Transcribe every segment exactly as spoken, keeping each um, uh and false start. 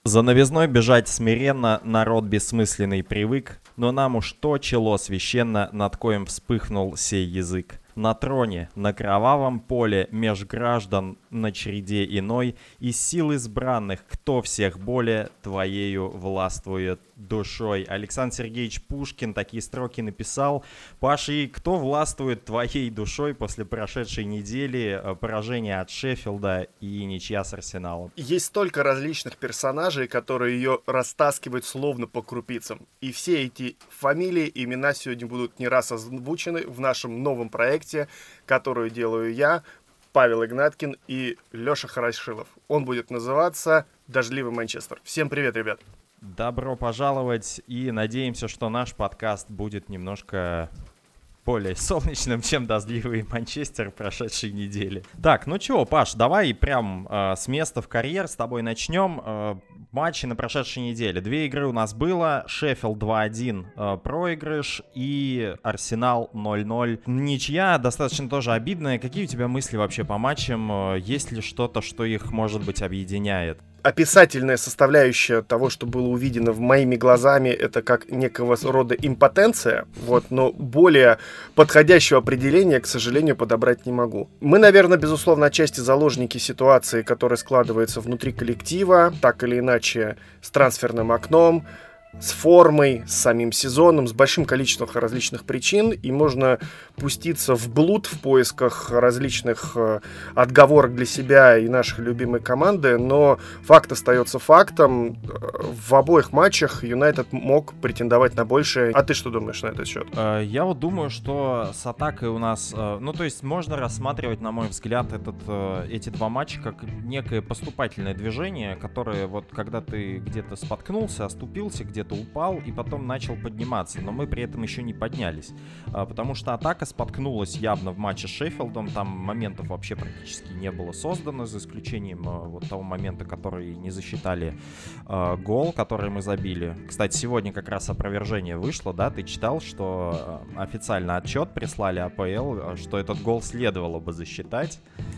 За новизной бежать смиренно народ бессмысленный привык, но нам уж то чело священно, над коем вспыхнул сей язык. На троне, на кровавом поле, меж граждан, на череде иной, из сил избранных, кто всех более твоею властвует душой. Александр Сергеевич Пушкин такие строки написал. Паша, и кто властвует твоей душой после прошедшей недели поражения от Шеффилда и ничья с Арсеналом? Есть столько различных персонажей, которые ее растаскивают словно по крупицам. И все эти фамилии, имена сегодня будут не раз озвучены в нашем новом проекте, которую делаю я, Павел Игнаткин и Леша Хорошилов. Он будет называться «Дождливый Манчестер». Всем привет, ребят! Добро пожаловать, и надеемся, что наш подкаст будет немножко более солнечным, чем дождливый Манчестер прошедшей недели. Так, ну чего, Паш, давай прям э, с места в карьер с тобой начнем. Э, матчи на прошедшей неделе. Две игры у нас было. Шеффилд два один э, проигрыш и Арсенал ноль ноль. Ничья достаточно тоже обидная. Какие у тебя мысли вообще по матчам? Есть ли что-то, что их, может быть, объединяет? Описательная составляющая того, что было увидено в моими глазами, это как некого рода импотенция, вот, но более подходящего определения, к сожалению, подобрать не могу. Мы, наверное, безусловно, отчасти заложники ситуации, которая складывается внутри коллектива, так или иначе, с трансферным окном, с формой, с самим сезоном, с большим количеством различных причин, и можно пуститься в блуд в поисках различных э, отговорок для себя и нашей любимой команды, но факт остается фактом. В обоих матчах Юнайтед мог претендовать на большее. А ты что думаешь на этот счет? Я вот думаю, что с атакой у нас... Ну, то есть можно рассматривать, на мой взгляд, этот, эти два матча как некое поступательное движение, которое вот когда ты где-то споткнулся, оступился, где-то упал и потом начал подниматься, но мы при этом еще не поднялись, потому что атака споткнулась явно в матче с Шеффилдом, там моментов вообще практически не было создано, за исключением вот того момента, который не засчитали гол, который мы забили. Кстати, сегодня как раз опровержение вышло, да, ты читал, что официально отчет прислали АПЛ, что этот гол следовало бы засчитать.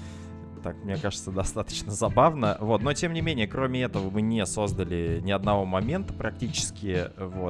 Так, мне кажется, достаточно забавно. Вот, но тем не менее, кроме этого, мы не создали ни одного момента практически. Вот.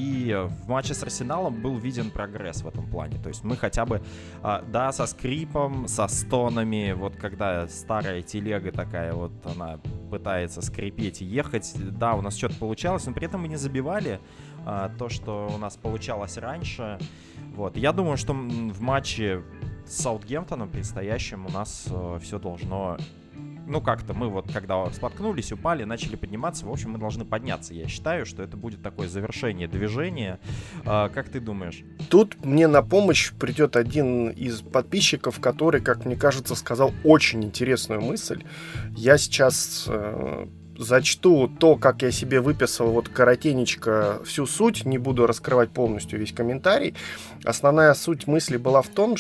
И в матче с Арсеналом был виден прогресс в этом плане. То есть мы хотя бы, а, да, со скрипом, со стонами, вот когда старая телега такая вот, она пытается скрипеть и ехать. Да, у нас что-то получалось, но при этом мы не забивали а, то, что у нас получалось раньше. Вот. Я думаю, что в матче с Саутгемптоном предстоящим у нас э, все должно... Ну, как-то мы вот, когда споткнулись, упали, начали подниматься, в общем, мы должны подняться. Я считаю, что это будет такое завершение движения. Э, как ты думаешь? Тут мне на помощь придет один из подписчиков, который, как мне кажется, сказал очень интересную мысль. Я сейчас... Э... зачту то, как я себе выписал вот коротенечко всю суть, не буду раскрывать полностью весь комментарий. Основная суть мысли была в том,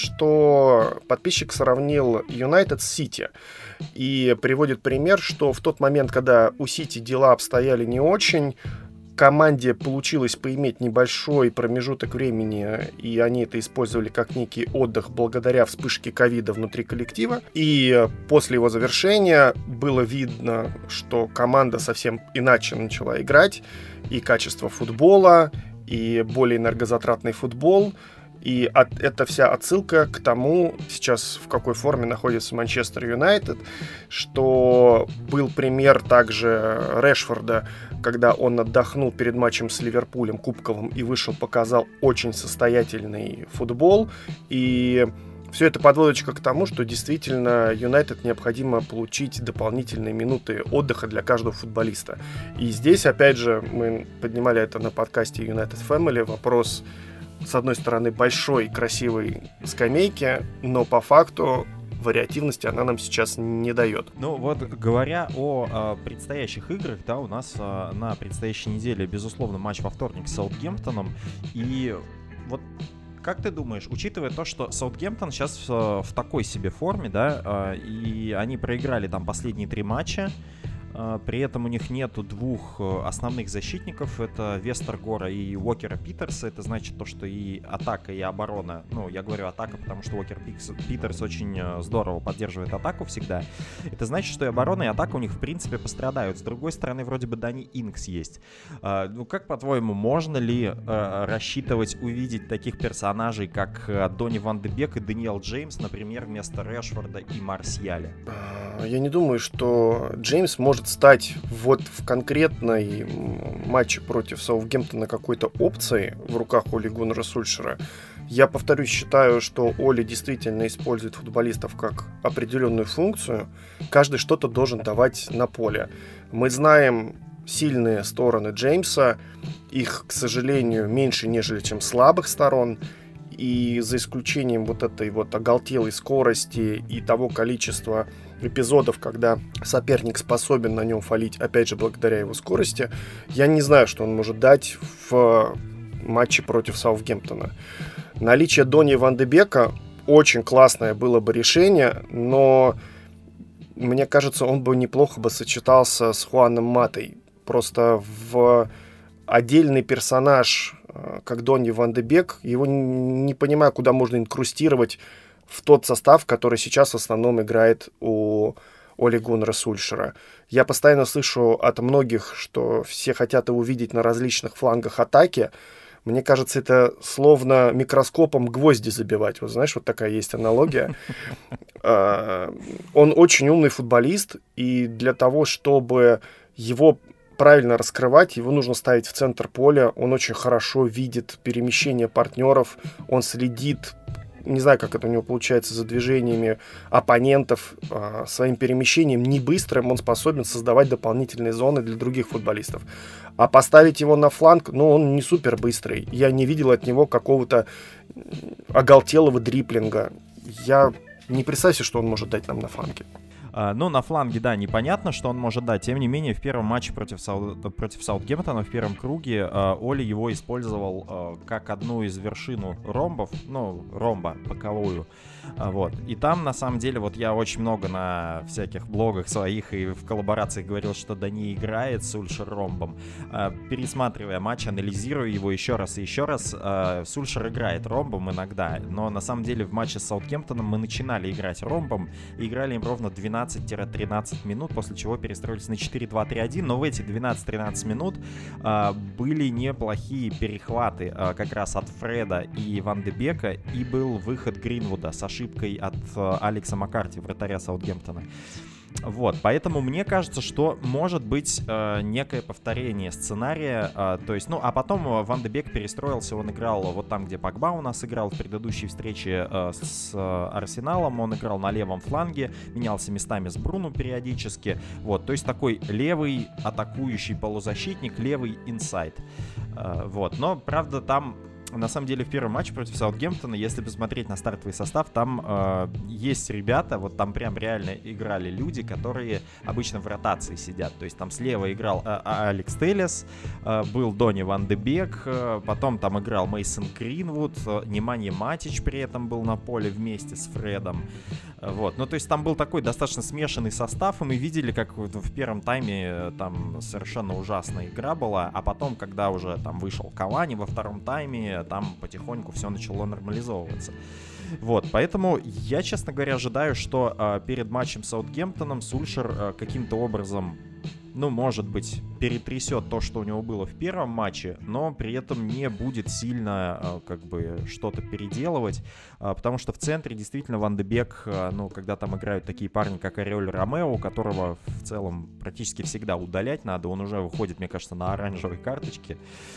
что подписчик сравнил Юнайтед с Сити и приводит пример, что в тот момент, когда у Сити дела обстояли не очень, команде получилось поиметь небольшой промежуток времени, и они это использовали как некий отдых благодаря вспышке ковида внутри коллектива. И после его завершения было видно, что команда совсем иначе начала играть, и качество футбола, и более энергозатратный футбол. И от, это вся отсылка к тому, сейчас в какой форме находится Манчестер Юнайтед, что был пример также Решфорда, когда он отдохнул перед матчем с Ливерпулем кубковым и вышел, показал очень состоятельный футбол. И все это подводочка к тому, что действительно Юнайтед необходимо получить дополнительные минуты отдыха для каждого футболиста. И здесь, опять же, мы поднимали это на подкасте United Family, вопрос... с одной стороны, большой, красивой скамейки, но по факту вариативности она нам сейчас не дает. Ну вот, говоря о э, предстоящих играх, да, у нас э, на предстоящей неделе, безусловно, матч во вторник с Саутгемптоном. И вот как ты думаешь, учитывая то, что Саутгемптон сейчас э, в такой себе форме, да, э, и они проиграли там последние три матча, При этом у них нету двух основных защитников, это Вестергора и Уокера Питерса. Это значит то, что и атака, и оборона, ну, я говорю атака, потому что Уокер Питерс очень здорово поддерживает атаку всегда. Это значит, что и оборона, и атака у них, в принципе, пострадают. С другой стороны, вроде бы Дани Инкс есть. Ну, как, по-твоему, можно ли рассчитывать увидеть таких персонажей, как Донни Ван де Бек и Дэниел Джеймс, например, вместо Решфорда и Марсиаля? Я не думаю, что Джеймс может стать вот в конкретной матче против Саутгемптона какой-то опцией в руках Оли Гуннера Сульшера. Я, повторюсь, считаю, что Оли действительно использует футболистов как определенную функцию. Каждый что-то должен давать на поле. Мы знаем сильные стороны Джеймса. Их, к сожалению, меньше, нежели чем слабых сторон. И за исключением вот этой вот оголтелой скорости и того количества эпизодов, когда соперник способен на нем фалить, опять же, благодаря его скорости, я не знаю, что он может дать в матче против Саутгемптона. Наличие Донни Ван де Бека очень классное было бы решение, но мне кажется, он бы неплохо бы сочетался с Хуаном Матой. Просто в отдельный персонаж, как Донни Ван де Бек, его не понимаю, куда можно инкрустировать в тот состав, который сейчас в основном играет у Оли Гуннера Сульшера. Я постоянно слышу от многих, что все хотят его увидеть на различных флангах атаки. Мне кажется, это словно микроскопом гвозди забивать. Вот знаешь, вот такая есть аналогия. Он очень умный футболист, и для того, чтобы его правильно раскрывать, его нужно ставить в центр поля. Он очень хорошо видит перемещение партнеров, он следит, не знаю, как это у него получается, за движениями оппонентов, э, своим перемещением не быстрым, он способен создавать дополнительные зоны для других футболистов. А поставить его на фланг, ну, он не супер быстрый. Я не видел от него какого-то оголтелого дриплинга. Я не представляю себе, что он может дать нам на фланге. Uh, ну, на фланге, да, непонятно, что он может дать. Тем не менее, в первом матче против, Сау... против Саутгемптона, в первом круге, uh, Оли его использовал uh, как одну из вершин ромбов, ну, ромба боковую. Uh, вот. И там, на самом деле, вот я очень много на всяких блогах своих и в коллаборациях говорил, что Дани играет Сульшер ромбом. Uh, пересматривая матч, анализируя его еще раз и еще раз, uh, Сульшер играет ромбом иногда, но на самом деле в матче с Саутгемптоном мы начинали играть ромбом и играли им ровно двенадцать-тринадцать минут, после чего перестроились на четыре два три один, но в эти двенадцать-тринадцать минут а, были неплохие перехваты а, как раз от Фреда и Ван де Бека, и был выход Гринвуда с ошибкой от а, Алекса Маккарти, вратаря Саутгемптона. Вот, поэтому мне кажется, что может быть э, некое повторение сценария, э, то есть, ну, а потом Ван де Бек перестроился, он играл вот там, где Погба у нас играл в предыдущей встрече э, с э, Арсеналом, он играл на левом фланге, менялся местами с Бруно периодически, вот, то есть такой левый атакующий полузащитник, левый инсайд, э, вот, но, правда, там... На самом деле, в первом матче против Саутгемптона, если посмотреть на стартовый состав, там э, есть ребята, вот там прям реально играли люди, которые обычно в ротации сидят. То есть там слева играл э, Алекс Телес, э, был Донни Ван де Бек, э, потом там играл Мейсон Гринвуд, э, Неманья Матич при этом был на поле вместе с Фредом. Э, вот. Ну, то есть там был такой достаточно смешанный состав, и мы видели, как в первом тайме э, там совершенно ужасная игра была, а потом, когда уже там вышел Кавани во втором тайме, там потихоньку все начало нормализовываться. Вот, поэтому я, честно говоря, ожидаю, что э, перед матчем с Саутгемптоном Сульшер э, каким-то образом, ну, может быть, перетрясет то, что у него было в первом матче, но при этом не будет сильно, э, как бы, что-то переделывать, э, потому что в центре действительно Ван де Бек, э, ну, когда там играют такие парни, как Ариоль Ромео, которого в целом практически всегда удалять надо, он уже выходит, мне кажется, на оранжевой карточке.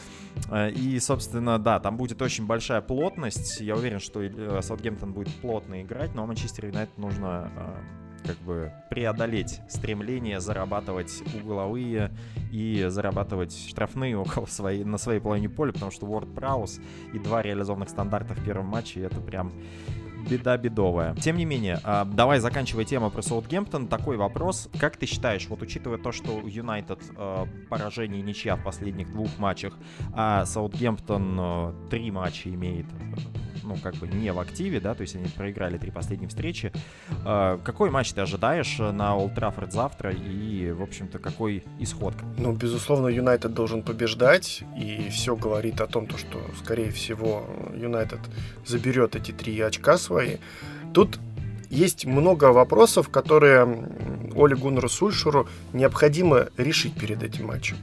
И, собственно, да, там будет очень большая плотность. Я уверен, что Саутгемптон будет плотно играть, но Манчестер Юнайтед нужно как бы преодолеть стремление зарабатывать угловые и зарабатывать штрафные около своей, на своей половине поля, потому что Уорд Праус и два реализованных стандарта в первом матче — это прям беда бедовая. Тем не менее, давай заканчивая тему про Саутгемптон. Такой вопрос. Как ты считаешь, вот учитывая то, что у Юнайтед поражение и ничья в последних двух матчах, а Саутгемптон три матча имеет ну, как бы не в активе, да, то есть они проиграли три последние встречи. Э, какой матч ты ожидаешь на Олд Траффорд завтра и, в общем-то, какой исход? Ну, безусловно, Юнайтед должен побеждать, и все говорит о том, что, скорее всего, Юнайтед заберет эти три очка свои. Тут есть много вопросов, которые Оле Гуннару Сульшеру необходимо решить перед этим матчем.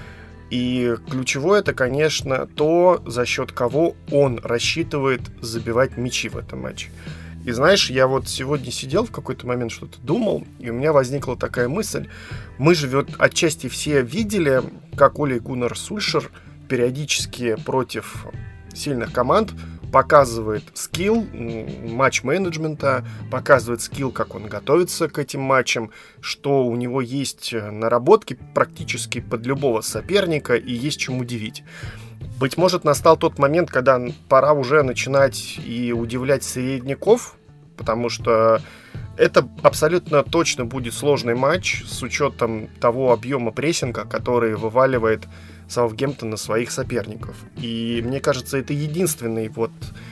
И ключевое это, конечно, то, за счет кого он рассчитывает забивать мячи в этом матче. И знаешь, я вот сегодня сидел в какой-то момент, что-то думал, и у меня возникла такая мысль. Мы же вот отчасти все видели, как Оле Гуннар Сульшер периодически против сильных команд показывает скилл матч-менеджмента, показывает скилл, как он готовится к этим матчам, что у него есть наработки практически под любого соперника и есть чем удивить. Быть может, настал тот момент, когда пора уже начинать и удивлять средняков, потому что это абсолютно точно будет сложный матч с учетом того объема прессинга, который вываливает Саутгемптон на своих соперников. И мне кажется, это единственный вот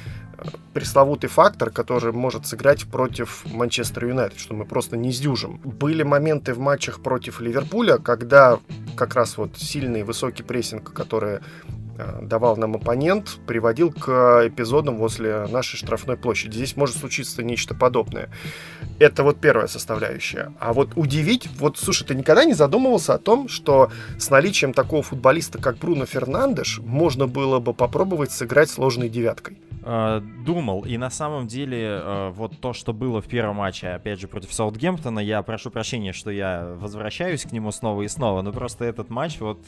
пресловутый фактор, который может сыграть против Манчестер Юнайтед, что мы просто не сдюжим. Были моменты в матчах против Ливерпуля, когда как раз вот сильный высокий прессинг, который давал нам оппонент, приводил к эпизодам возле нашей штрафной площади. Здесь может случиться нечто подобное. Это вот первая составляющая. А вот удивить, вот, слушай, ты никогда не задумывался о том, что с наличием такого футболиста, как Бруно Фернандеш, можно было бы попробовать сыграть сложной девяткой? Думал, и на самом деле вот то, что было в первом матче, опять же, против Саутгемптона, я прошу прощения, что я возвращаюсь к нему снова и снова, но просто этот матч вот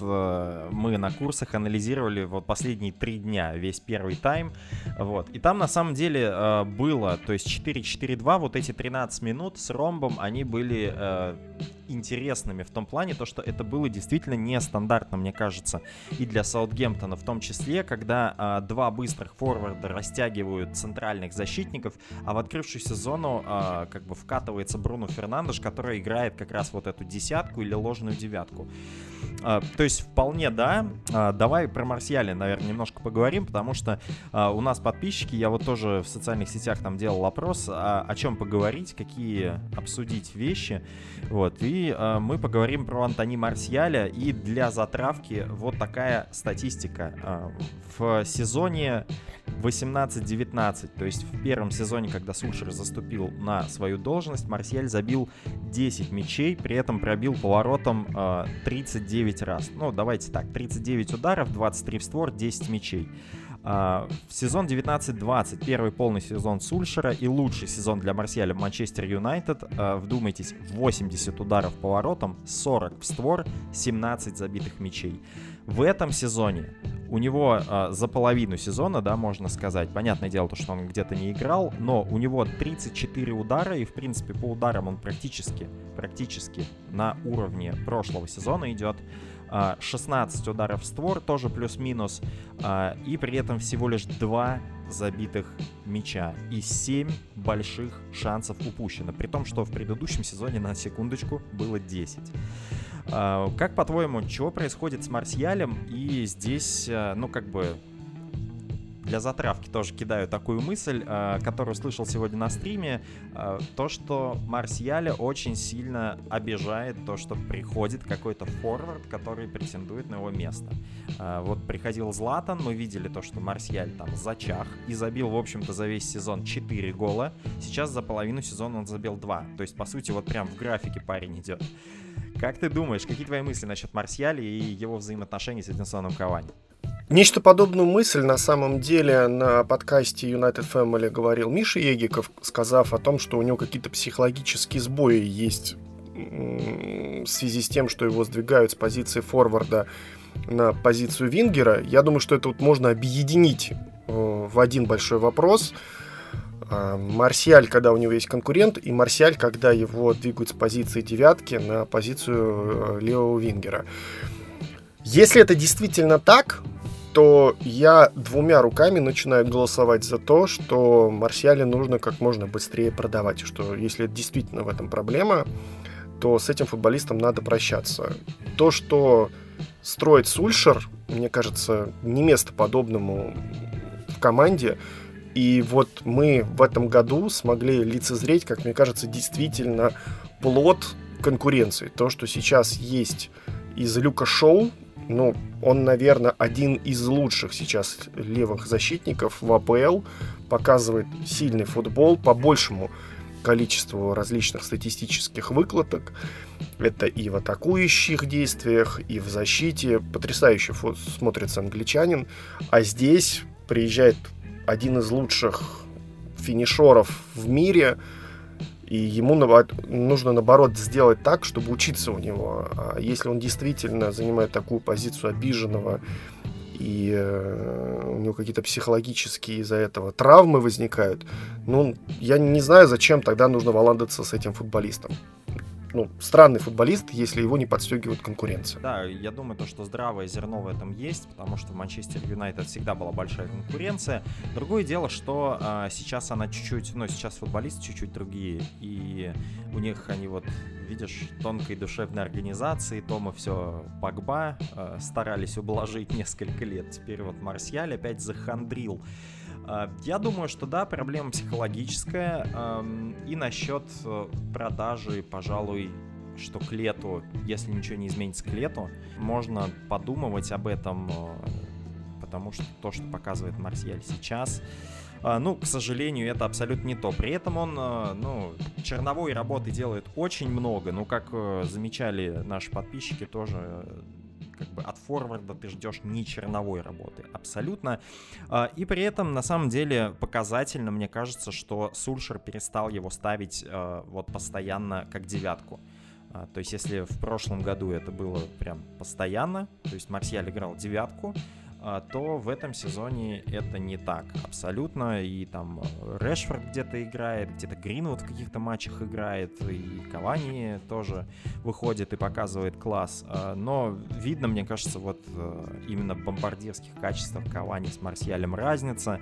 мы на курсах анализировали вот последние три дня, весь первый тайм, вот, и там на самом деле было, то есть четыре четыре два, вот эти тринадцать минут с ромбом, они были интересными в том плане, то, что это было действительно нестандартно, мне кажется, и для Саутгемптона, в том числе, когда а, два быстрых форварда растягивают центральных защитников, а в открывшуюся зону а, как бы вкатывается Бруно Фернандеш, который играет как раз вот эту десятку или ложную девятку. А, то есть вполне да. А, давай про Марсиаля, наверное, немножко поговорим, потому что а, у нас подписчики, я вот тоже в социальных сетях там делал опрос, а, о чем поговорить, какие обсудить вещи, вот, и И э, мы поговорим про Антони Марсиаля. И для затравки вот такая статистика. Э, в сезоне восемнадцать девятнадцать, то есть в первом сезоне, когда Сульшер заступил на свою должность, Марсиаль забил десять мячей, при этом пробил поворотом э, тридцать девять раз. Ну, давайте так, тридцать девять ударов, двадцать три в створ, десять мячей. Uh, в сезон девятнадцать двадцать, первый полный сезон Сульшера и лучший сезон для Марсиаля в Манчестер Юнайтед. Uh, вдумайтесь, восемьдесят ударов поворотом, сорок в створ, семнадцать забитых мячей. В этом сезоне у него uh, за половину сезона, да, можно сказать, понятное дело, то, что он где-то не играл, но у него тридцать четыре удара, и, в принципе, по ударам он практически, практически на уровне прошлого сезона идет. шестнадцать ударов в створ, тоже плюс-минус, и при этом всего лишь два забитых мяча и семь больших шансов упущено, при том, что в предыдущем сезоне, на секундочку, было десять. Как, по-твоему, чего происходит с Марсиалем? И здесь, ну, как бы, для затравки тоже кидаю такую мысль, которую слышал сегодня на стриме, то, что Марсиаля очень сильно обижает то, что приходит какой-то форвард, который претендует на его место. Вот приходил Златан, мы видели то, что Марсиаль там зачах и забил, в общем-то, за весь сезон четыре гола. Сейчас за половину сезона он забил два. То есть, по сути, вот прям в графике парень идет. Как ты думаешь, какие твои мысли насчет Марсиаля и его взаимоотношений с Эдинсоном Кавани? Нечто подобную мысль на самом деле на подкасте United Family говорил Миша Егиков, сказав о том, что у него какие-то психологические сбои есть в связи с тем, что его сдвигают с позиции форварда на позицию вингера. Я думаю, что это вот можно объединить в один большой вопрос. Марсиаль, когда у него есть конкурент, и Марсиаль, когда его двигают с позиции девятки на позицию левого вингера. Если это действительно так, то я двумя руками начинаю голосовать за то, что Марсиаля нужно как можно быстрее продавать. Что если действительно в этом проблема, то с этим футболистом надо прощаться. То, что строит Сульшер, мне кажется, не место подобному в команде. И вот мы в этом году смогли лицезреть, как мне кажется, действительно плод конкуренции. То, что сейчас есть из Люка Шоу, ну, он, наверное, один из лучших сейчас левых защитников в АПЛ, показывает сильный футбол по большему количеству различных статистических выкладок. Это и в атакующих действиях, и в защите. Потрясающе фо- смотрится англичанин. А здесь приезжает один из лучших финишеров в мире, и ему нужно, наоборот, сделать так, чтобы учиться у него. А если он действительно занимает такую позицию обиженного, и э, у него какие-то психологические из-за этого травмы возникают, ну, я не знаю, зачем тогда нужно валандаться с этим футболистом. Ну, странный футболист, если его не подстегивает конкуренция. Да, я думаю, то, что здравое зерно в этом есть, потому что в Манчестер Юнайтед всегда была большая конкуренция. Другое дело, что а, сейчас она чуть-чуть, ну, сейчас футболисты чуть-чуть другие, и у них они вот, видишь, тонкой душевной организации, Тома все Погба а, старались ублажить несколько лет, теперь вот Марсиаль опять захандрил. Я думаю, что да, проблема психологическая. И насчет продажи, пожалуй, что к лету, если ничего не изменится к лету, можно подумывать об этом, потому что то, что показывает Марсиаль сейчас, ну, к сожалению, это абсолютно не то. При этом он, ну, черновой работы делает очень много. Ну, как замечали наши подписчики, тоже как бы от форварда ты ждешь не черновой работы, абсолютно. И при этом, на самом деле, показательно, мне кажется, что Сульшер перестал его ставить вот постоянно как девятку. То есть, если в прошлом году это было прям постоянно, то есть Марсиаль играл девятку, то в этом сезоне это не так абсолютно. И там Решфорд где-то играет, где-то Гринвуд в каких-то матчах играет, и Кавани тоже выходит и показывает класс. Но видно, мне кажется, вот именно в бомбардирских качествах Кавани с Марсиалем разница.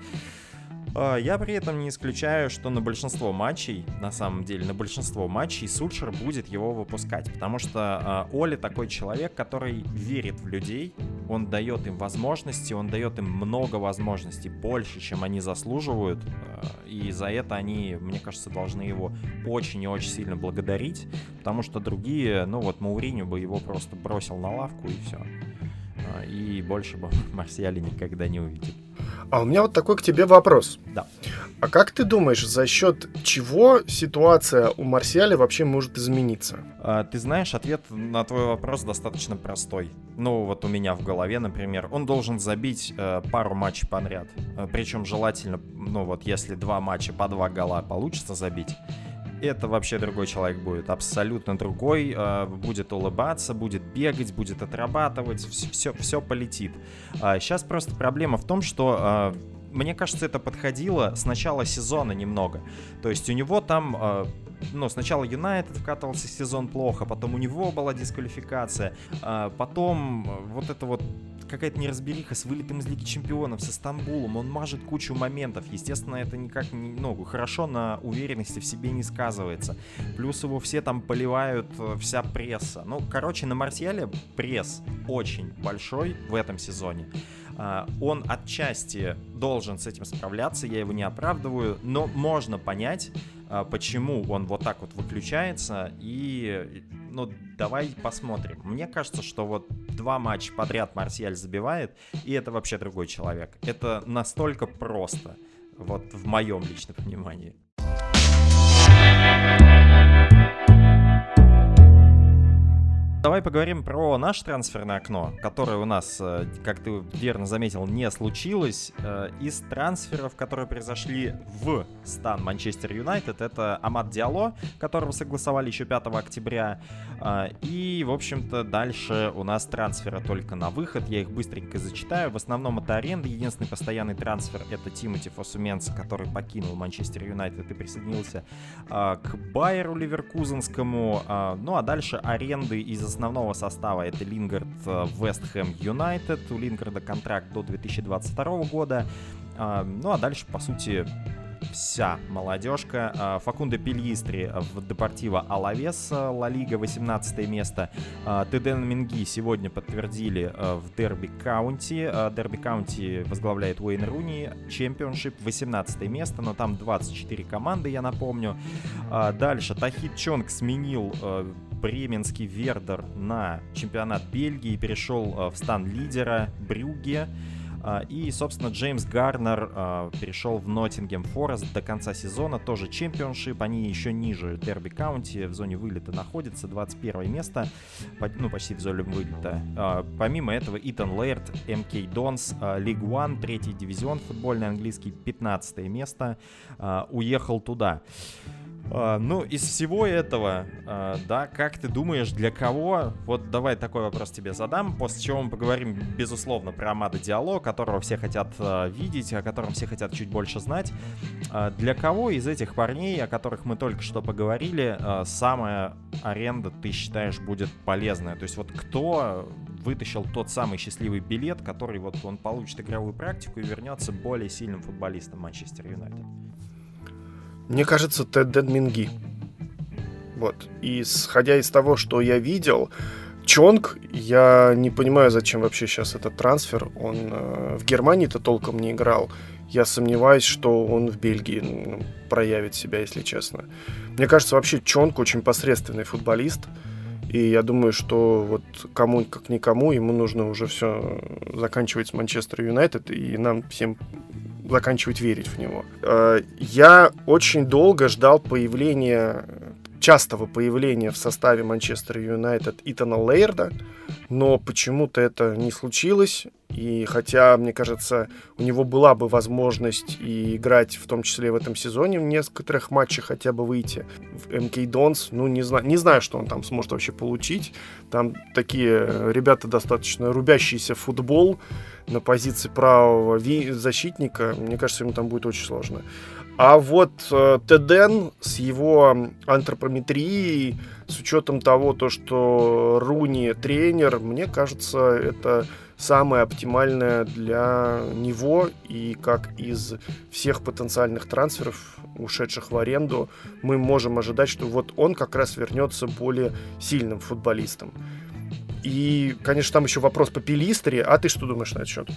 Я при этом не исключаю, что на большинство матчей, на самом деле, на большинство матчей Сульшер будет его выпускать, потому что э, Оли такой человек, который верит в людей, он дает им возможности, он дает им много возможностей, больше, чем они заслуживают, э, и за это они, мне кажется, должны его очень и очень сильно благодарить, потому что другие, ну вот Мауриньо бы его просто бросил на лавку и все, э, и больше бы Марсиаля никогда не увидел. А у меня вот такой к тебе вопрос. Да. А как ты думаешь, за счет чего ситуация у Марсиаля вообще может измениться? А, ты знаешь, ответ на твой вопрос достаточно простой. Ну, вот у меня в голове, например, он должен забить э, пару матчей подряд. Э, причем желательно, ну вот, если два матча по два гола получится забить, это вообще другой человек будет, абсолютно другой, э, будет улыбаться, будет бегать, будет отрабатывать, все, все полетит. А сейчас просто проблема в том, что, э, мне кажется, это подходило с начала сезона немного. То есть у него там, э, ну, сначала Юнайтед вкатывался в сезон плохо, потом у него была дисквалификация, э, потом вот это вот какая-то неразбериха с вылетом из Лиги Чемпионов, с Стамбулом, он мажет кучу моментов, естественно, это никак не, ну, хорошо на уверенности в себе не сказывается, плюс его все там поливают, вся пресса, ну, короче, на Марсиале пресс очень большой в этом сезоне. Он отчасти должен с этим справляться, я его не оправдываю, но можно понять, почему он вот так вот выключается, и, ну, давай посмотрим. Мне кажется, что вот два матча подряд Марсиаль забивает, и это вообще другой человек. Это настолько просто, вот в моем личном понимании. Давай поговорим про наше трансферное окно, которое у нас, как ты верно заметил, не случилось. Из трансферов, которые произошли в стан Манчестер Юнайтед, это Амад Диалло, которого согласовали еще пятого октября. И, в общем-то, дальше у нас трансферы только на выход. Я их быстренько зачитаю. В основном это аренда. Единственный постоянный трансфер — это Тимоти Фосуменса, который покинул Манчестер Юнайтед и присоединился к Байеру Ливеркузенскому. Ну а дальше аренды из основного состава. Это Лингард, Вест Хэм Юнайтед. У Лингарда контракт до две тысячи двадцать второго года. Ну а дальше, по сути, вся молодежка. Факундо Пельистри в Депортиво Алавес, Ла Лига, восемнадцатое место. Теден Минги сегодня подтвердили в Дерби Каунти. Дерби Каунти возглавляет Уэйн Руни. Чемпионшип, восемнадцатое место, но там двадцать четыре команды, я напомню. Дальше Тахит Чонг сменил бременский Вердер на чемпионат Бельгии, перешел в стан лидера Брюгге. И, собственно, Джеймс Гарнер э, перешел в Ноттингем Форест до конца сезона, тоже чемпионшип, они еще ниже Дерби Каунти, в зоне вылета находятся, двадцать первое место, по, ну, почти в зоне вылета. Э, помимо этого, Итан Лейрд, эм кей Донс, Лиг Уан, третий дивизион футбольный английский, пятнадцатое место, э, уехал туда. Uh, ну, из всего этого, uh, да, как ты думаешь, для кого? Вот давай такой вопрос тебе задам, после чего мы поговорим, безусловно, про Амадо Диалло, которого все хотят uh, видеть, о котором все хотят чуть больше знать. Uh, для кого из этих парней, о которых мы только что поговорили, uh, самая аренда, ты считаешь, будет полезная? То есть вот кто вытащил тот самый счастливый билет, который вот он получит игровую практику и вернется более сильным футболистом Манчестер Юнайтед? Мне кажется, Теден Минги. Вот. И исходя из того, что я видел, Чонг, я не понимаю, зачем вообще сейчас этот трансфер. Он э, в Германии-то толком не играл. Я сомневаюсь, что он в Бельгии ну, проявит себя, если честно. Мне кажется, вообще Чонг очень посредственный футболист. И я думаю, что вот кому как никому ему нужно уже все заканчивать с Манчестер Юнайтед, и нам всем заканчивать верить в него. Я очень долго ждал появления, частого появления в составе Манчестер Юнайтед Итана Лейрда, но почему-то это не случилось. И хотя, мне кажется, у него была бы возможность и играть, в том числе в этом сезоне, в некоторых матчах хотя бы выйти в эм кей Dons, ну, не знаю, не знаю, что он там сможет вообще получить. Там такие ребята достаточно рубящиеся в футбол на позиции правого защитника. Мне кажется, ему там будет очень сложно. А вот э, Теден с его антропометрией, с учетом того, то, что Руни тренер, мне кажется, это самое оптимальное для него. И как из всех потенциальных трансферов, ушедших в аренду, мы можем ожидать, что вот он как раз вернется более сильным футболистом. И, конечно, там еще вопрос по Пелистри. А ты что думаешь на этот счет?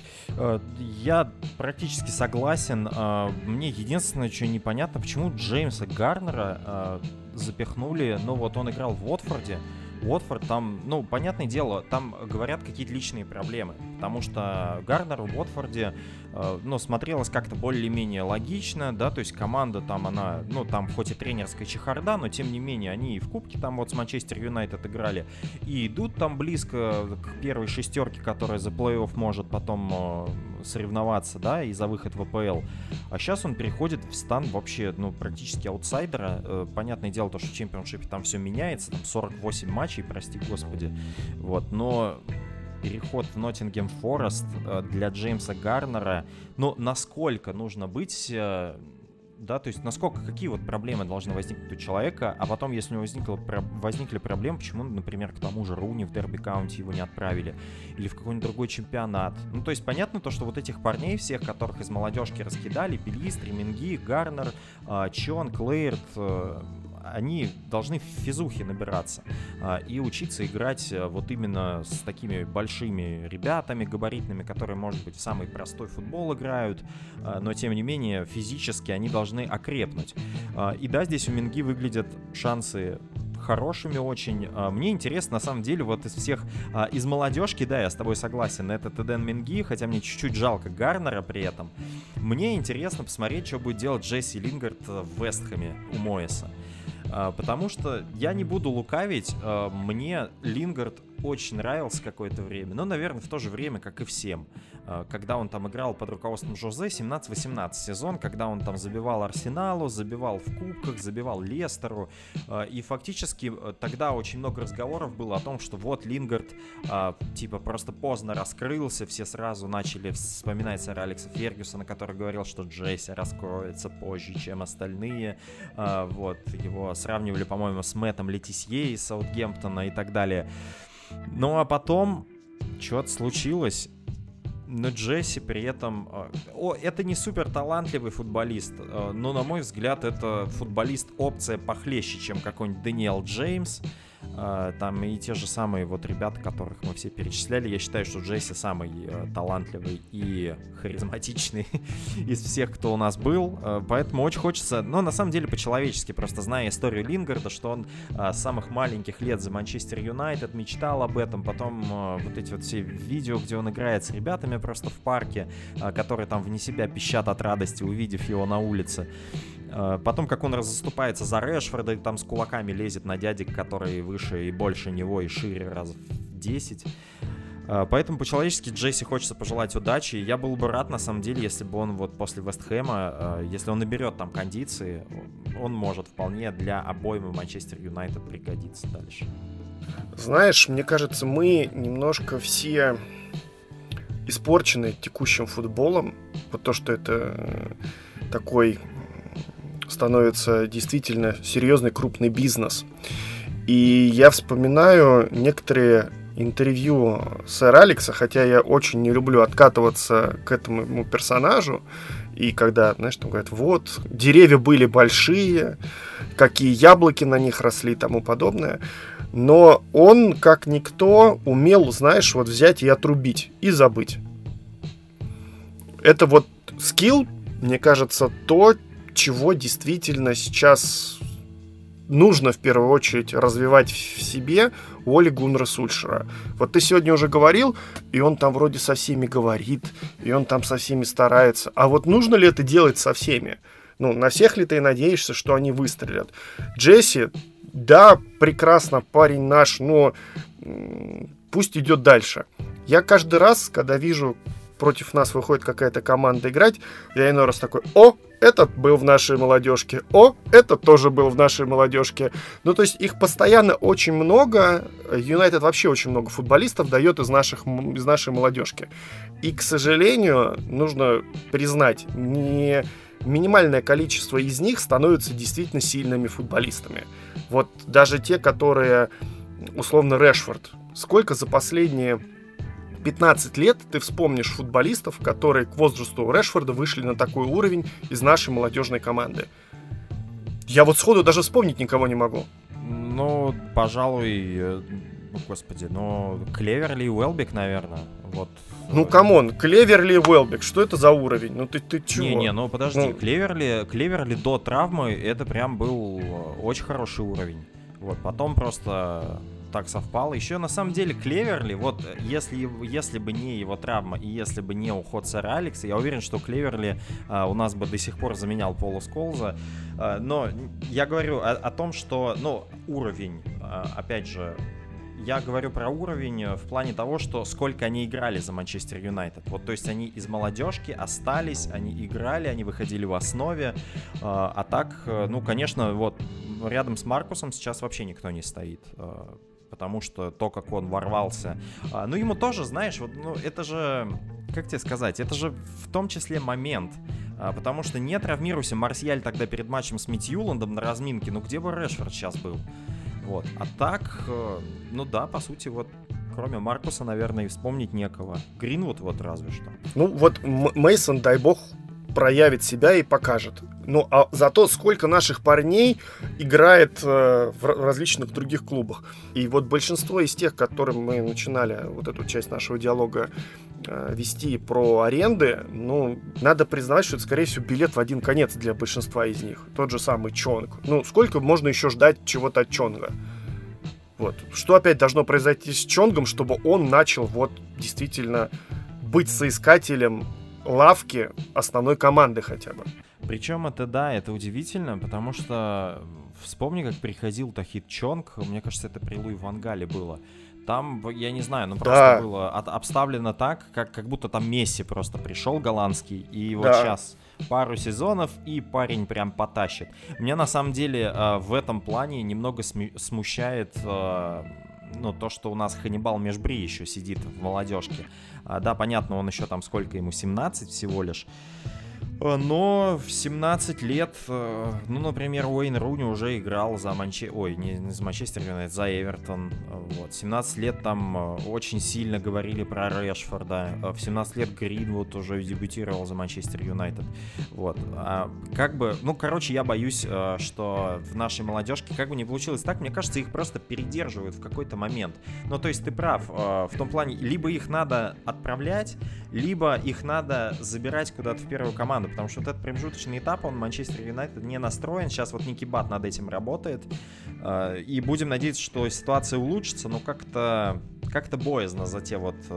Я практически согласен. Мне единственное, что непонятно, почему Джеймса Гарнера запихнули. Ну, вот он играл в Уотфорде. Уотфорд там, ну, понятное дело, там говорят какие-то личные проблемы, потому что Гарнер в Уотфорде, э, ну, смотрелось как-то более-менее логично, да, то есть команда там, она, ну, там хоть и тренерская чехарда, но тем не менее они и в кубке там вот с Манчестер Юнайтед играли, и идут там близко к первой шестерке, которая за плей-офф может потом э, соревноваться, да, и за выход в а пэ эл. А сейчас он переходит в стан вообще, ну, практически аутсайдера. Э, понятное дело, то, что в чемпионшипе там все меняется, там сорок восемь матчей, прости господи, вот, но переход в Ноттингем Форест для Джеймса Гарнера, ну, насколько нужно быть, да, то есть насколько, какие вот проблемы должны возникнуть у человека, а потом, если у него возникло, возникли проблемы, почему, например, к тому же Руни в Дерби Каунти его не отправили, или в какой-нибудь другой чемпионат. Ну, то есть понятно то, что вот этих парней всех, которых из молодежки раскидали, Пелистри, Минги, Гарнер, Чонг, Лейрд, они должны в физухе набираться а, и учиться играть а, вот именно с такими большими ребятами габаритными, которые, может быть, в самый простой футбол играют, а, но, тем не менее, физически они должны окрепнуть. А, и да, здесь у Минги выглядят шансы хорошими очень. А, мне интересно, на самом деле, вот из всех, а, из молодежки, да, я с тобой согласен, это Теден Минги, хотя мне чуть-чуть жалко Гарнера при этом. Мне интересно посмотреть, что будет делать Джесси Лингард в Вестхэме у Моэса. Потому что я не буду лукавить, мне Лингард очень нравился какое-то время, но, наверное, в то же время, как и всем. Когда он там играл под руководством Жозе, семнадцать-восемнадцать сезон, когда он там забивал Арсеналу, забивал в кубках, забивал Лестеру, и фактически тогда очень много разговоров было о том, что вот Лингард типа просто поздно раскрылся, все сразу начали вспоминать сэра Алекса Фергюсона, который говорил, что Джесси раскроется позже, чем остальные, вот, его сравнивали, по-моему, с Мэттом Летисье из Саутгемптона и так далее. Ну а потом что-то случилось. Но Джесси при этом... О, это не супер талантливый футболист, но, на мой взгляд, это футболист опция похлеще, чем какой-нибудь Дэниел Джеймс. Там и те же самые вот ребята, которых мы все перечисляли. Я считаю, что Джесси самый талантливый и харизматичный из всех, кто у нас был. Поэтому очень хочется, но на самом деле по-человечески, просто зная историю Лингарда, что он с самых маленьких лет за Манчестер Юнайтед мечтал об этом. Потом вот эти вот все видео, где он играет с ребятами просто в парке, которые там вне себя пищат от радости, увидев его на улице. Потом, как он заступается за Решфорда и там с кулаками лезет на дядек, который выше и больше него и шире раз в десять. Поэтому по-человечески Джесси хочется пожелать удачи. Я был бы рад, на самом деле, если бы он вот после Вест Хэма, если он наберет там кондиции, он может вполне для обоймы Манчестер Юнайтед пригодиться дальше. Знаешь, мне кажется, мы немножко все испорчены текущим футболом. Вот то, что это такой... становится действительно серьезный крупный бизнес. И я вспоминаю некоторые интервью сэра Алекса, хотя я очень не люблю откатываться к этому персонажу. И когда, знаешь, там говорят, вот, деревья были большие, какие яблоки на них росли и тому подобное. Но он, как никто, умел, знаешь, вот взять и отрубить, и забыть. Это вот скилл, мне кажется, то, чего действительно сейчас нужно в первую очередь развивать в себе у Оли Гуннара Сульшера. Вот ты сегодня уже говорил, и он там вроде со всеми говорит, и он там со всеми старается. А вот нужно ли это делать со всеми? Ну, на всех ли ты надеешься, что они выстрелят? Джесси, да, прекрасно, парень наш, но пусть идет дальше. Я каждый раз, когда вижу, против нас выходит какая-то команда играть, я иной раз такой: о, этот был в нашей молодежке, о, этот тоже был в нашей молодежке. Ну, то есть их постоянно очень много. Юнайтед вообще очень много футболистов дает из, наших, из нашей молодежки. И, к сожалению, нужно признать, не минимальное количество из них становятся действительно сильными футболистами. Вот даже те, которые, условно, Решфорд. Сколько за последние пятнадцать лет ты вспомнишь футболистов, которые к возрасту Решфорда вышли на такой уровень из нашей молодежной команды? Я вот сходу даже вспомнить никого не могу. Ну, пожалуй, ну, господи, ну, Клеверли и Уэлбек, наверное, вот. Ну, камон, Клеверли и Уэлбек, что это за уровень? Ну, ты, ты чего? Не-не, ну, подожди, ну... Клеверли, Клеверли до травмы, это прям был очень хороший уровень. Вот, потом просто... так совпало. Еще на самом деле Клеверли, вот если, если бы не его травма и если бы не уход сэра Алекса, я уверен, что Клеверли а, у нас бы до сих пор заменял Пола Сколза. А, но я говорю о, о том, что, ну, уровень, а, опять же, я говорю про уровень в плане того, что сколько они играли за Манчестер Юнайтед. Вот, то есть они из молодежки остались, они играли, они выходили в основе. А, а так, ну, конечно, вот рядом с Маркусом сейчас вообще никто не стоит. Потому что то, как он ворвался... А, ну, ему тоже, знаешь, вот, ну, это же... Как тебе сказать? Это же в том числе момент. А, потому что не травмируйся Марсиаль тогда перед матчем с Митьюландом на разминке. Ну, где бы Решфорд сейчас был? Вот. А так, э, ну да, по сути, вот... Кроме Маркуса, наверное, и вспомнить некого. Гринвуд вот разве что. Ну, вот Мейсон, дай бог, проявит себя и покажет. Ну, а зато сколько наших парней играет э, в различных других клубах. И вот большинство из тех, которым мы начинали вот эту часть нашего диалога э, вести про аренды, ну, надо признавать, что это, скорее всего, билет в один конец для большинства из них. Тот же самый Чонг. Ну, сколько можно еще ждать чего-то от Чонга? Вот. Что опять должно произойти с Чонгом, чтобы он начал вот действительно быть соискателем лавки основной команды хотя бы. Причем это, да, это удивительно, потому что вспомни, как приходил Тахит Чонг, мне кажется, это при Луи Ван Гале было. Там, я не знаю, ну просто да. было от, обставлено так, как, как будто там Месси просто пришел голландский, и вот да. сейчас пару сезонов, и парень прям потащит. Меня на самом деле э, в этом плане немного см- смущает... Э, ну, то, что у нас Ханнибал Мешбри еще сидит в молодежке. А, да, понятно, он еще там сколько ему, семнадцать всего лишь. Но в семнадцать лет, ну, например, Уэйн Руни уже играл за Манчестер... Ой, не, не за Манчестер Юнайтед, за Эвертон. Вот. семнадцать лет там очень сильно говорили про Решфорда. В семнадцать лет Гринвуд уже дебютировал за Манчестер Юнайтед. Вот. А как бы... Ну, короче, я боюсь, что в нашей молодежке как бы не получилось так. Мне кажется, их просто передерживают в какой-то момент. Ну, то есть ты прав. В том плане, либо их надо отправлять, либо их надо забирать куда-то в первую команду. Потому что вот этот промежуточный этап, он Манчестер Юнайтед не настроен. Сейчас вот Ники Бат над этим работает. И будем надеяться, что ситуация улучшится. Но как-то, как-то боязно за те вот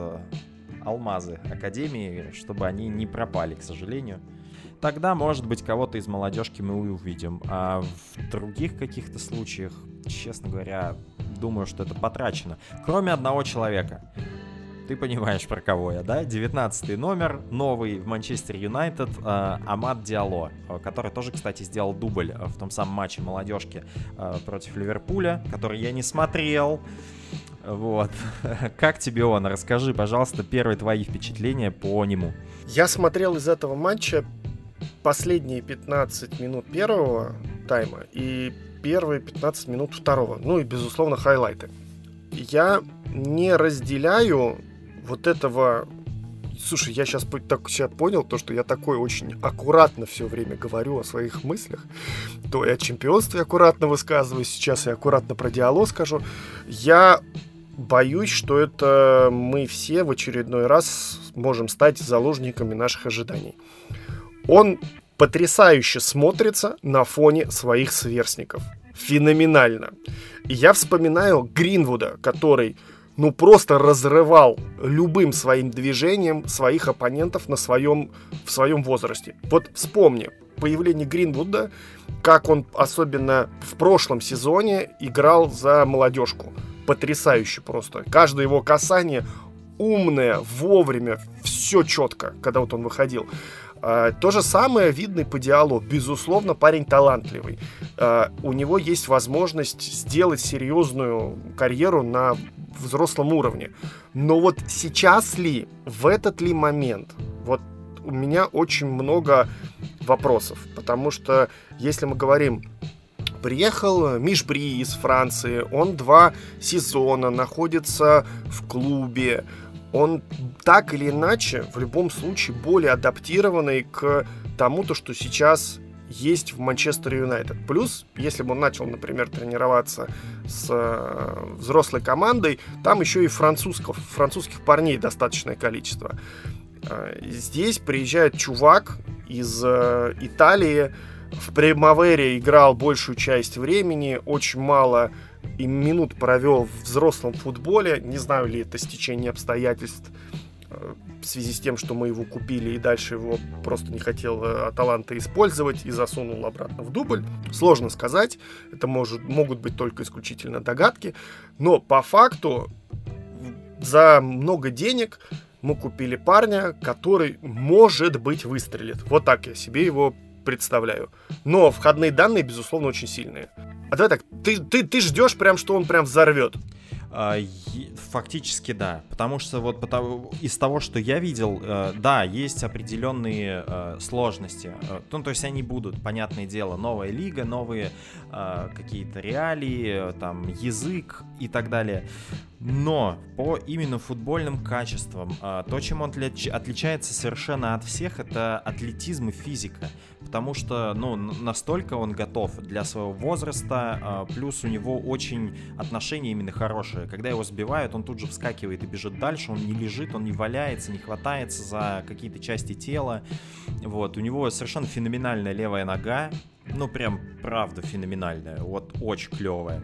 алмазы Академии, чтобы они не пропали, к сожалению. Тогда, может быть, кого-то из молодежки мы увидим. А в других каких-то случаях, честно говоря, думаю, что это потрачено. Кроме одного человека. Ты понимаешь, про кого я, да? девятнадцатый номер, новый в Манчестер Юнайтед, э, Амад Диалло, который тоже, кстати, сделал дубль в том самом матче молодежки э, против Ливерпуля, который я не смотрел. Вот. Как тебе он? Расскажи, пожалуйста, первые твои впечатления по нему. Я смотрел из этого матча последние пятнадцать минут первого тайма и первые пятнадцать минут второго. Ну и, безусловно, хайлайты. Я не разделяю вот этого... Слушай, я сейчас так себя понял, то, что я такой очень аккуратно все время говорю о своих мыслях. То и о чемпионстве аккуратно высказываюсь, сейчас я аккуратно про Диалло скажу. Я боюсь, что это мы все в очередной раз можем стать заложниками наших ожиданий. Он потрясающе смотрится на фоне своих сверстников. Феноменально. И я вспоминаю Гринвуда, который... ну, просто разрывал любым своим движением своих оппонентов на своем, в своем возрасте. Вот вспомни появление Гринвуда, как он, особенно в прошлом сезоне, играл за молодежку. Потрясающе просто. Каждое его касание умное, вовремя, все четко, когда вот он выходил. Uh, то же самое видно по Диалло. Безусловно, парень талантливый. Uh, у него есть возможность сделать серьезную карьеру на взрослом уровне. Но вот сейчас ли, в этот ли момент, вот у меня очень много вопросов. Потому что, если мы говорим, приехал Миш Бри из Франции, он два сезона находится в клубе, он так или иначе, в любом случае, более адаптированный к тому, то, что сейчас есть в Манчестер Юнайтед. Плюс, если бы он начал, например, тренироваться с э, взрослой командой, там еще и французских, французских парней достаточное количество. Э, здесь приезжает чувак из э, Италии, в Примавере играл большую часть времени, очень мало и минут провел в взрослом футболе. Не знаю, ли это стечение обстоятельств э, в связи с тем, что мы его купили и дальше его просто не хотел э, Аталанта использовать и засунул обратно в дубль. Сложно сказать. Это может, могут быть только исключительно догадки. Но по факту за много денег мы купили парня, который, может быть, выстрелит. Вот так я себе его представляю. Но входные данные, безусловно, очень сильные. А давай так, ты, ты, ты ждешь прям, что он прям взорвет? Фактически да, потому что вот потому, из того, что я видел, э, да, есть определенные э, сложности, э, ну, то есть они будут, понятное дело, новая лига, новые э, какие-то реалии, там, язык и так далее, но по именно футбольным качествам, э, то, чем он отлич- отличается совершенно от всех, это атлетизм и физика, потому что, ну, настолько он готов для своего возраста, э, плюс у него очень отношения именно хорошие. Когда его сбивают, он тут же вскакивает и бежит дальше, он не лежит, он не валяется, не хватается за какие-то части тела. Вот, у него совершенно феноменальная левая нога, ну прям правда феноменальная, вот очень клевая.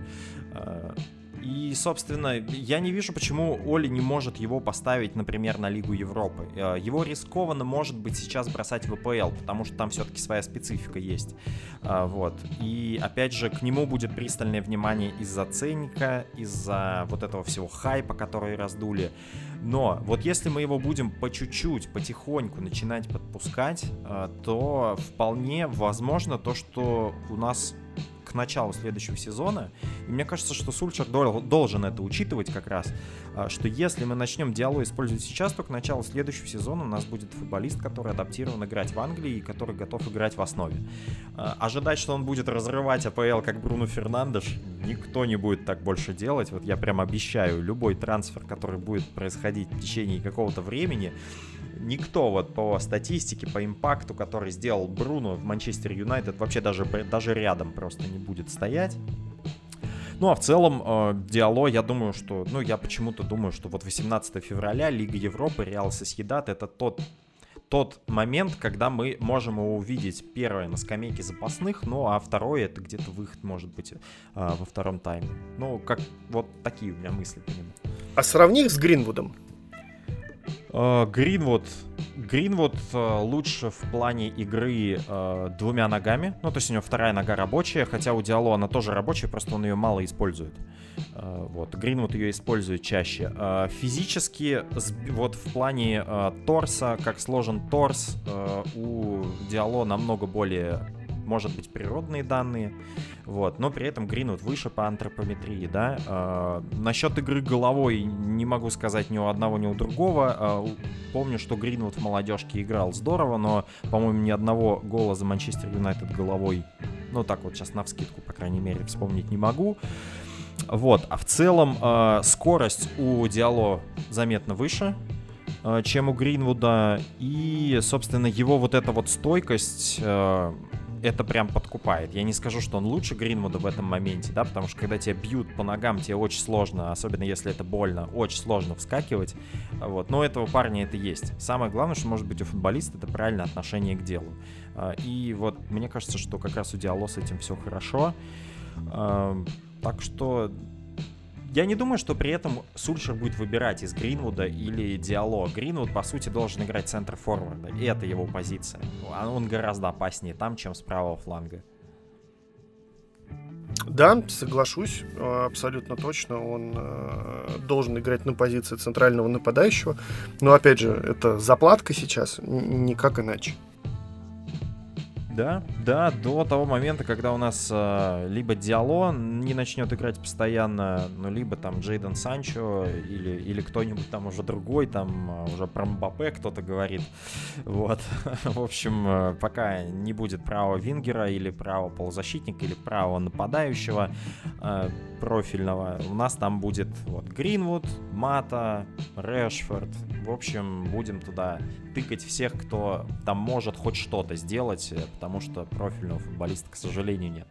И, собственно, я не вижу, почему Оли не может его поставить, например, на Лигу Европы. Его рискованно, может быть, сейчас бросать в АПЛ, потому что там все-таки своя специфика есть. Вот. И, опять же, к нему будет пристальное внимание из-за ценника, из-за вот этого всего хайпа, который раздули. Но вот если мы его будем по чуть-чуть, потихоньку начинать подпускать, то вполне возможно то, что у нас к началу следующего сезона. И мне кажется, что Сульшер должен это учитывать как раз, что если мы начнем Диалло использовать сейчас, то к началу следующего сезона у нас будет футболист, который адаптирован играть в Англии и который готов играть в основе. Ожидать, что он будет разрывать АПЛ как Бруно Фернандеш, никто не будет так больше делать. Вот я прям обещаю, любой трансфер, который будет происходить в течение какого-то времени, никто вот по статистике, по импакту, который сделал Бруно в Манчестер Юнайтед, вообще даже, даже рядом просто не будет стоять. Ну, а в целом, э, Диалло, я думаю, что... Ну, я почему-то думаю, что вот восемнадцатого февраля Лига Европы, Реал Сосьедад — это тот, тот момент, когда мы можем его увидеть первое на скамейке запасных, ну, а второе — это где-то выход, может быть, э, во втором тайме. Ну, как... Вот такие у меня мысли по нему. А сравни их с Гринвудом. Гринвуд Гринвуд лучше в плане игры э, двумя ногами. Ну, то есть у него вторая нога рабочая, хотя у Диалло она тоже рабочая, просто он ее мало использует. Э, вот. Гринвуд ее использует чаще. Э, физически, вот в плане э, торса, как сложен торс, э, у Диалло намного более, может быть, природные данные. Вот. Но при этом Гринвуд выше по антропометрии, да. Э, насчет игры головой не могу сказать ни у одного, ни у другого. Э, помню, что Гринвуд в молодежке играл здорово, но, по-моему, ни одного гола за Манчестер Юнайтед головой, ну так вот сейчас навскидку, по крайней мере, вспомнить не могу. Вот. А в целом э, скорость у Диалло заметно выше, э, чем у Гринвуда. И, собственно, его вот эта вот стойкость... Э, это прям подкупает. Я не скажу, что он лучше Гринвуда в этом моменте, да, потому что когда тебя бьют по ногам, тебе очень сложно, особенно если это больно, очень сложно вскакивать, вот, но у этого парня это есть. Самое главное, что может быть у футболиста, это правильное отношение к делу. И вот мне кажется, что как раз у Диалло с этим все хорошо. Так что я не думаю, что при этом Сульшер будет выбирать из Гринвуда или Диалло. Гринвуд, по сути, должен играть центр-форварда, и это его позиция. Он гораздо опаснее там, чем с правого фланга. Да, соглашусь, абсолютно точно. Он э, должен играть на позиции центрального нападающего. Но, опять же, это заплатка сейчас, никак иначе. Да, да, до того момента, когда у нас э, либо Диалло не начнет играть постоянно, ну, либо там Джейдон Санчо или, или кто-нибудь там уже другой, там уже про Мбаппе кто-то говорит. Вот. В общем, э, пока не будет правого вингера или правого полузащитника или правого нападающего э, профильного, у нас там будет вот Гринвуд, Мата, Решфорд. В общем, будем туда тыкать всех, кто там может хоть что-то сделать, потому что профильного футболиста, к сожалению, нет.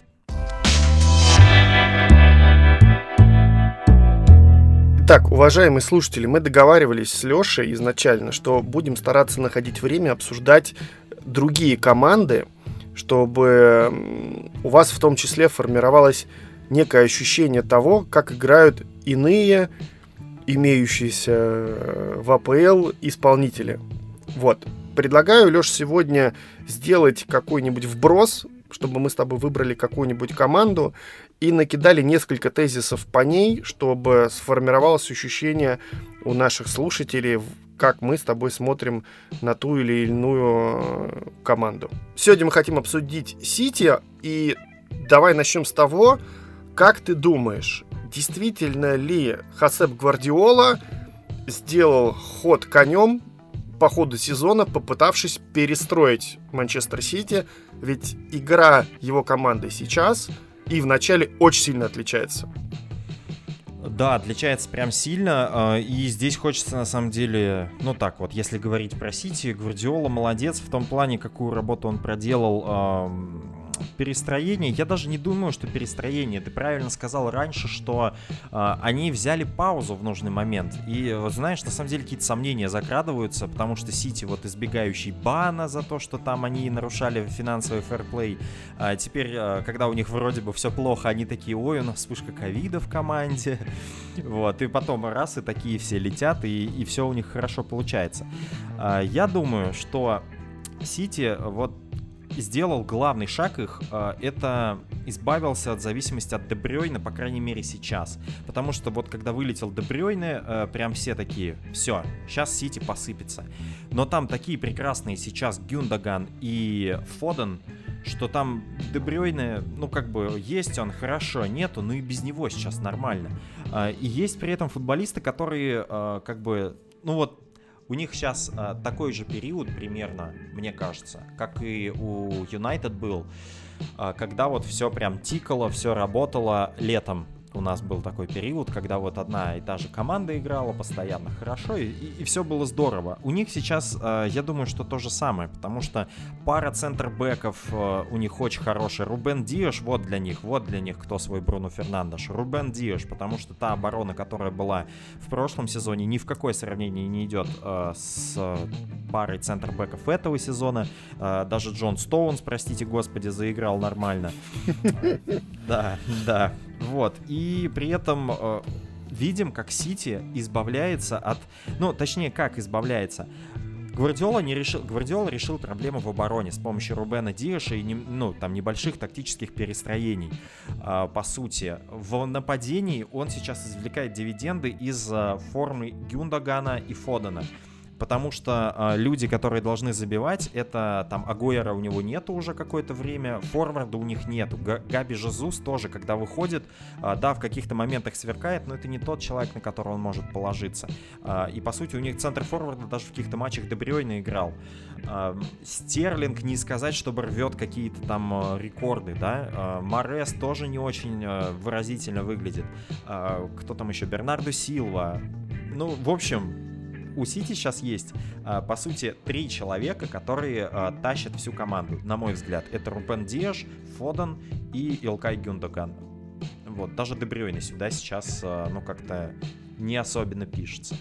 Так, уважаемые слушатели, мы договаривались с Лешей изначально, что будем стараться находить время обсуждать другие команды, чтобы у вас в том числе формировалось некое ощущение того, как играют иные имеющиеся в АПЛ исполнители. Вот. Предлагаю, Леш, сегодня сделать какой-нибудь вброс, чтобы мы с тобой выбрали какую-нибудь команду и накидали несколько тезисов по ней, чтобы сформировалось ощущение у наших слушателей, как мы с тобой смотрим на ту или иную команду. Сегодня мы хотим обсудить Сити, и давай начнем с того, как ты думаешь, действительно ли Хосеп Гвардиола сделал ход конем по ходу сезона, попытавшись перестроить Манчестер Сити, ведь игра его команды сейчас и в начале очень сильно отличается. Да, отличается прям сильно, и здесь хочется на самом деле, ну так вот, если говорить про Сити, Гвардиола молодец в том плане, какую работу он проделал. Перестроение, я даже не думаю, что перестроение. Ты правильно сказал раньше, что э, они взяли паузу в нужный момент. И, вот, знаешь, на самом деле какие-то сомнения закрадываются, потому что Сити, вот избегающий бана за то, что там они нарушали финансовый фэрплей, а теперь, э, когда у них вроде бы все плохо, они такие: ой, у нас вспышка ковида в команде. Вот, и потом раз, и такие все летят, и, и все у них хорошо получается. Э, я думаю, что Сити, вот, сделал главный шаг их, это избавился от зависимости от Де Брюйне, по крайней мере сейчас. Потому что вот когда вылетел Де Брюйне, прям все такие: все, сейчас Сити посыпется. Но там такие прекрасные сейчас Гюндоган и Фоден, что там Де Брюйне, ну, как бы, есть он, хорошо, нету, ну и без него сейчас нормально. И есть при этом футболисты, которые, как бы, ну вот, у них сейчас такой же период примерно, мне кажется, как и у Юнайтед был, когда вот все прям тикало, все работало летом. У нас был такой период, когда вот одна и та же команда играла постоянно хорошо, и, и, и все было здорово. У них сейчас, э, я думаю, что то же самое, потому что пара центрбэков э, у них очень хорошая. Рубен Диаш, вот для них, вот для них кто свой Бруно Фернандеш. Рубен Диаш, потому что та оборона, которая была в прошлом сезоне, ни в какое сравнение не идет э, с парой центрбэков этого сезона. Э, даже Джон Стоунс, простите господи, заиграл нормально. Да, да. Вот, и при этом э, видим, как Сити избавляется от... Ну, точнее, как избавляется. Гвардиола, не решил, Гвардиола решил проблему в обороне с помощью Рубена Диаша и не, ну, там, небольших тактических перестроений, э, по сути. В нападении он сейчас извлекает дивиденды из э, формы Гюндогана и Фодена. Потому что э, люди, которые должны забивать, это там Агуэра у него нету уже какое-то время, форварда у них нету. Г- Габи Жезус тоже, когда выходит, э, да, в каких-то моментах сверкает, но это не тот человек, на которого он может положиться. Э, и, по сути, у них центр форварда даже в каких-то матчах Де Брюйне играл. Э, Стерлинг, не сказать, чтобы рвет какие-то там э, рекорды, да. Э, Морес тоже не очень э, выразительно выглядит. Э, кто там еще? Бернардо Силва. Ну, в общем... У Сити сейчас есть, по сути, три человека, которые тащат всю команду, на мой взгляд. Это Рубен Диаш, Фоден и Илкай Гюндоган. Вот, даже Де Брюйне сюда сейчас, ну, как-то не особенно пишется.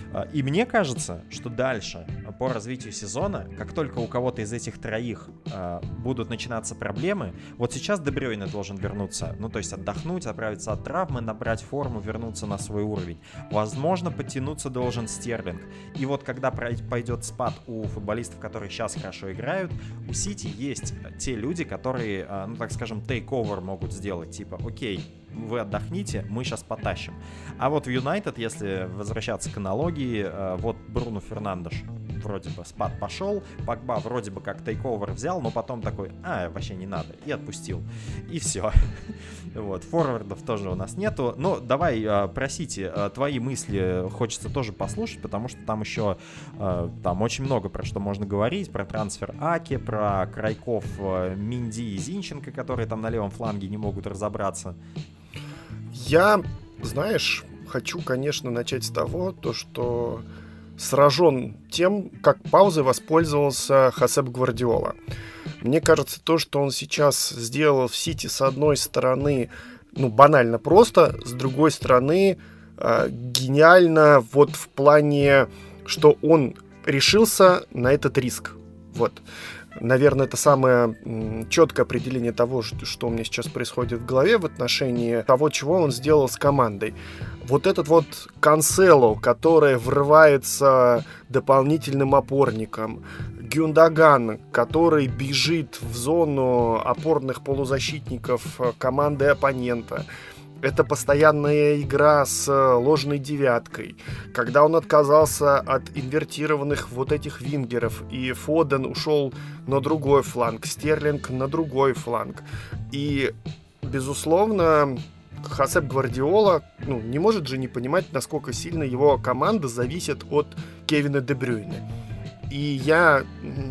И мне кажется, что дальше, по развитию сезона, как только у кого-то из этих троих э, будут начинаться проблемы, вот сейчас Де Брюйне должен вернуться, ну, то есть отдохнуть, оправиться от травмы, набрать форму, вернуться на свой уровень. Возможно, подтянуться должен Стерлинг. И вот когда пойдет спад у футболистов, которые сейчас хорошо играют, у Сити есть те люди, которые, э, ну, так скажем, тейк-овер могут сделать, типа, окей, вы отдохните, мы сейчас потащим. А вот в Юнайтед, если возвращаться к аналогии, э, вот Бруно Фернандеш вроде бы спад пошел, Погба вроде бы как тейк-овер взял, но потом такой, а, вообще не надо, и отпустил. И все. Вот, форвардов тоже у нас нету. Но давай, э, просите, э, твои мысли хочется тоже послушать, потому что там еще э, там очень много про что можно говорить, про трансфер Аки, про Крайков, э, Минди и Зинченко, которые там на левом фланге не могут разобраться. Я, знаешь, хочу, конечно, начать с того, то, что сражен тем, как паузой воспользовался Хосеп Гвардиола. Мне кажется, то, что он сейчас сделал в Сити, с одной стороны, ну, банально просто, с другой стороны, э, гениально вот в плане, что он решился на этот риск. Вот. Наверное, это самое четкое определение того, что у меня сейчас происходит в голове в отношении того, чего он сделал с командой. Вот этот вот Кансело, который врывается дополнительным опорником, Гюндоган, который бежит в зону опорных полузащитников команды оппонента. Это постоянная игра с ложной девяткой. Когда он отказался от инвертированных вот этих вингеров, и Фоден ушел на другой фланг, Стерлинг на другой фланг. И, безусловно, Хосеп Гвардиола, ну, не может же не понимать, насколько сильно его команда зависит от Кевина Де Брюйне. И я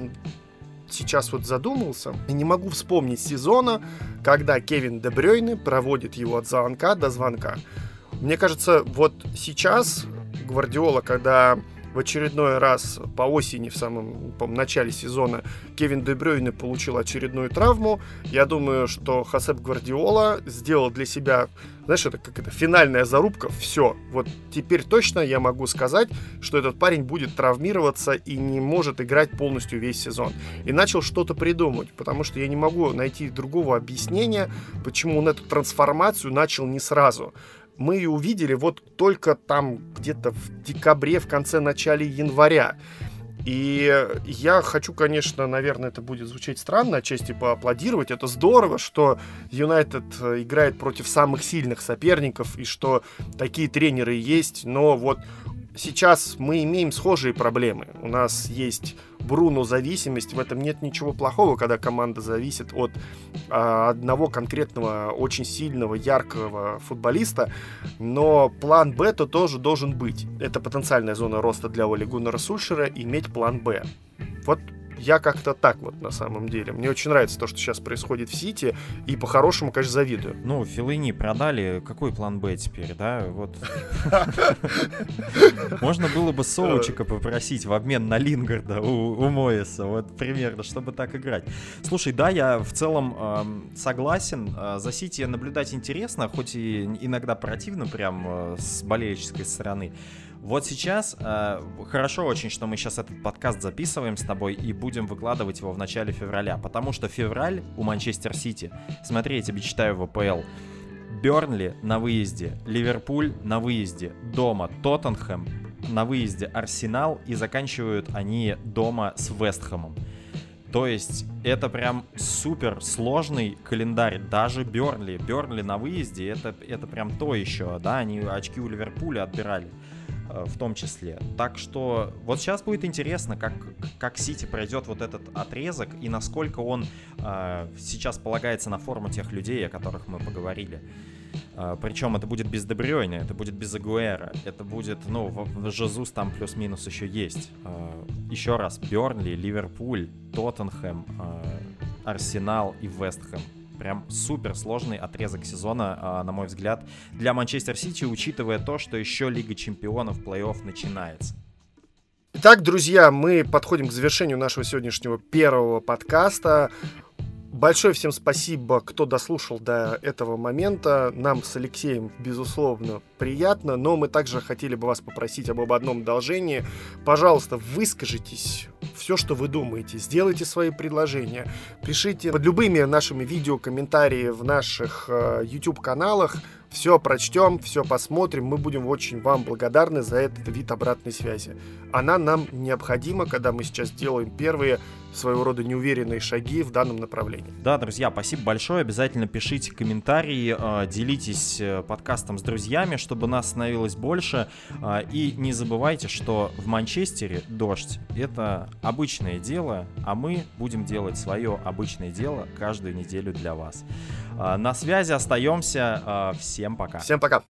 сейчас вот задумался и не могу вспомнить сезона, когда Кевин Де Брюйне проводит его от звонка до звонка. Мне кажется, вот сейчас Гвардиола, когда в очередной раз по осени, в самом по начале сезона, Кевин Де Брюйне получил очередную травму, я думаю, что Хосеп Гвардиола сделал для себя, знаешь, это как это, финальная зарубка, все, вот теперь точно я могу сказать, что этот парень будет травмироваться и не может играть полностью весь сезон. И начал что-то придумать, потому что я не могу найти другого объяснения, почему он эту трансформацию начал не сразу. Мы ее увидели вот только там где-то в декабре, в конце-начале января. И я хочу, конечно, наверное, это будет звучать странно, отчасти поаплодировать. Это здорово, что Юнайтед играет против самых сильных соперников, и что такие тренеры есть. Но вот сейчас мы имеем схожие проблемы. У нас есть Бруно-зависимость, в этом нет ничего плохого, когда команда зависит от а, одного конкретного, очень сильного, яркого футболиста, но план Б-то тоже должен быть. Это потенциальная зона роста для Оли Гуннара Сульшера, иметь план Б. Вот я как-то так вот на самом деле. Мне очень нравится то, что сейчас происходит в Сити, и по-хорошему, конечно, завидую. Ну, Феллини продали, какой план Б теперь, да? Вот. Можно было бы Соучика попросить в обмен на Лингарда у, у Моеса, вот примерно, чтобы так играть. Слушай, да, я в целом э, согласен. За Сити наблюдать интересно, хоть и иногда противно прям э, с болельческой стороны. Вот сейчас э, хорошо очень, что мы сейчас этот подкаст записываем с тобой и будем выкладывать его в начале февраля, потому что февраль у Манчестер Сити, смотри, я тебе читаю в АПЛ: Бернли на выезде, Ливерпуль на выезде, дома Тоттенхэм, на выезде Арсенал, и заканчивают они дома с Вестхэмом. То есть это прям супер сложный календарь, даже Бернли. Бернли на выезде, это, это прям то еще, да, они очки у Ливерпуля отбирали в том числе. Так что вот сейчас будет интересно, как, как Сити пройдет вот этот отрезок и насколько он э, сейчас полагается на форму тех людей, о которых мы поговорили. Э, причем это будет без Де Брюйне, это будет без Агуэра, это будет, ну, в, в Жезус там плюс-минус еще есть. Э, еще раз, Бернли, Ливерпуль, Тоттенхэм, э, Арсенал и Вестхэм. Прям супер сложный отрезок сезона, на мой взгляд, для Манчестер Сити, учитывая то, что еще Лига Чемпионов, плей-офф начинается. Итак, друзья, мы подходим к завершению нашего сегодняшнего первого подкаста. Большое всем спасибо, кто дослушал до этого момента. Нам с Алексеем, безусловно, приятно, но мы также хотели бы вас попросить об одном одолжении. Пожалуйста, выскажитесь все, что вы думаете, сделайте свои предложения, пишите под любыми нашими видео комментарии в наших э, YouTube-каналах. Все прочтем, все посмотрим. Мы будем очень вам благодарны за этот вид обратной связи. Она нам необходима, когда мы сейчас делаем первые своего рода неуверенные шаги в данном направлении. Да, друзья, спасибо большое. Обязательно пишите комментарии, делитесь подкастом с друзьями, чтобы нас становилось больше. И не забывайте, что в Манчестере дождь — это обычное дело, а мы будем делать свое обычное дело каждую неделю для вас. На связи остаемся. Всем пока. Всем пока.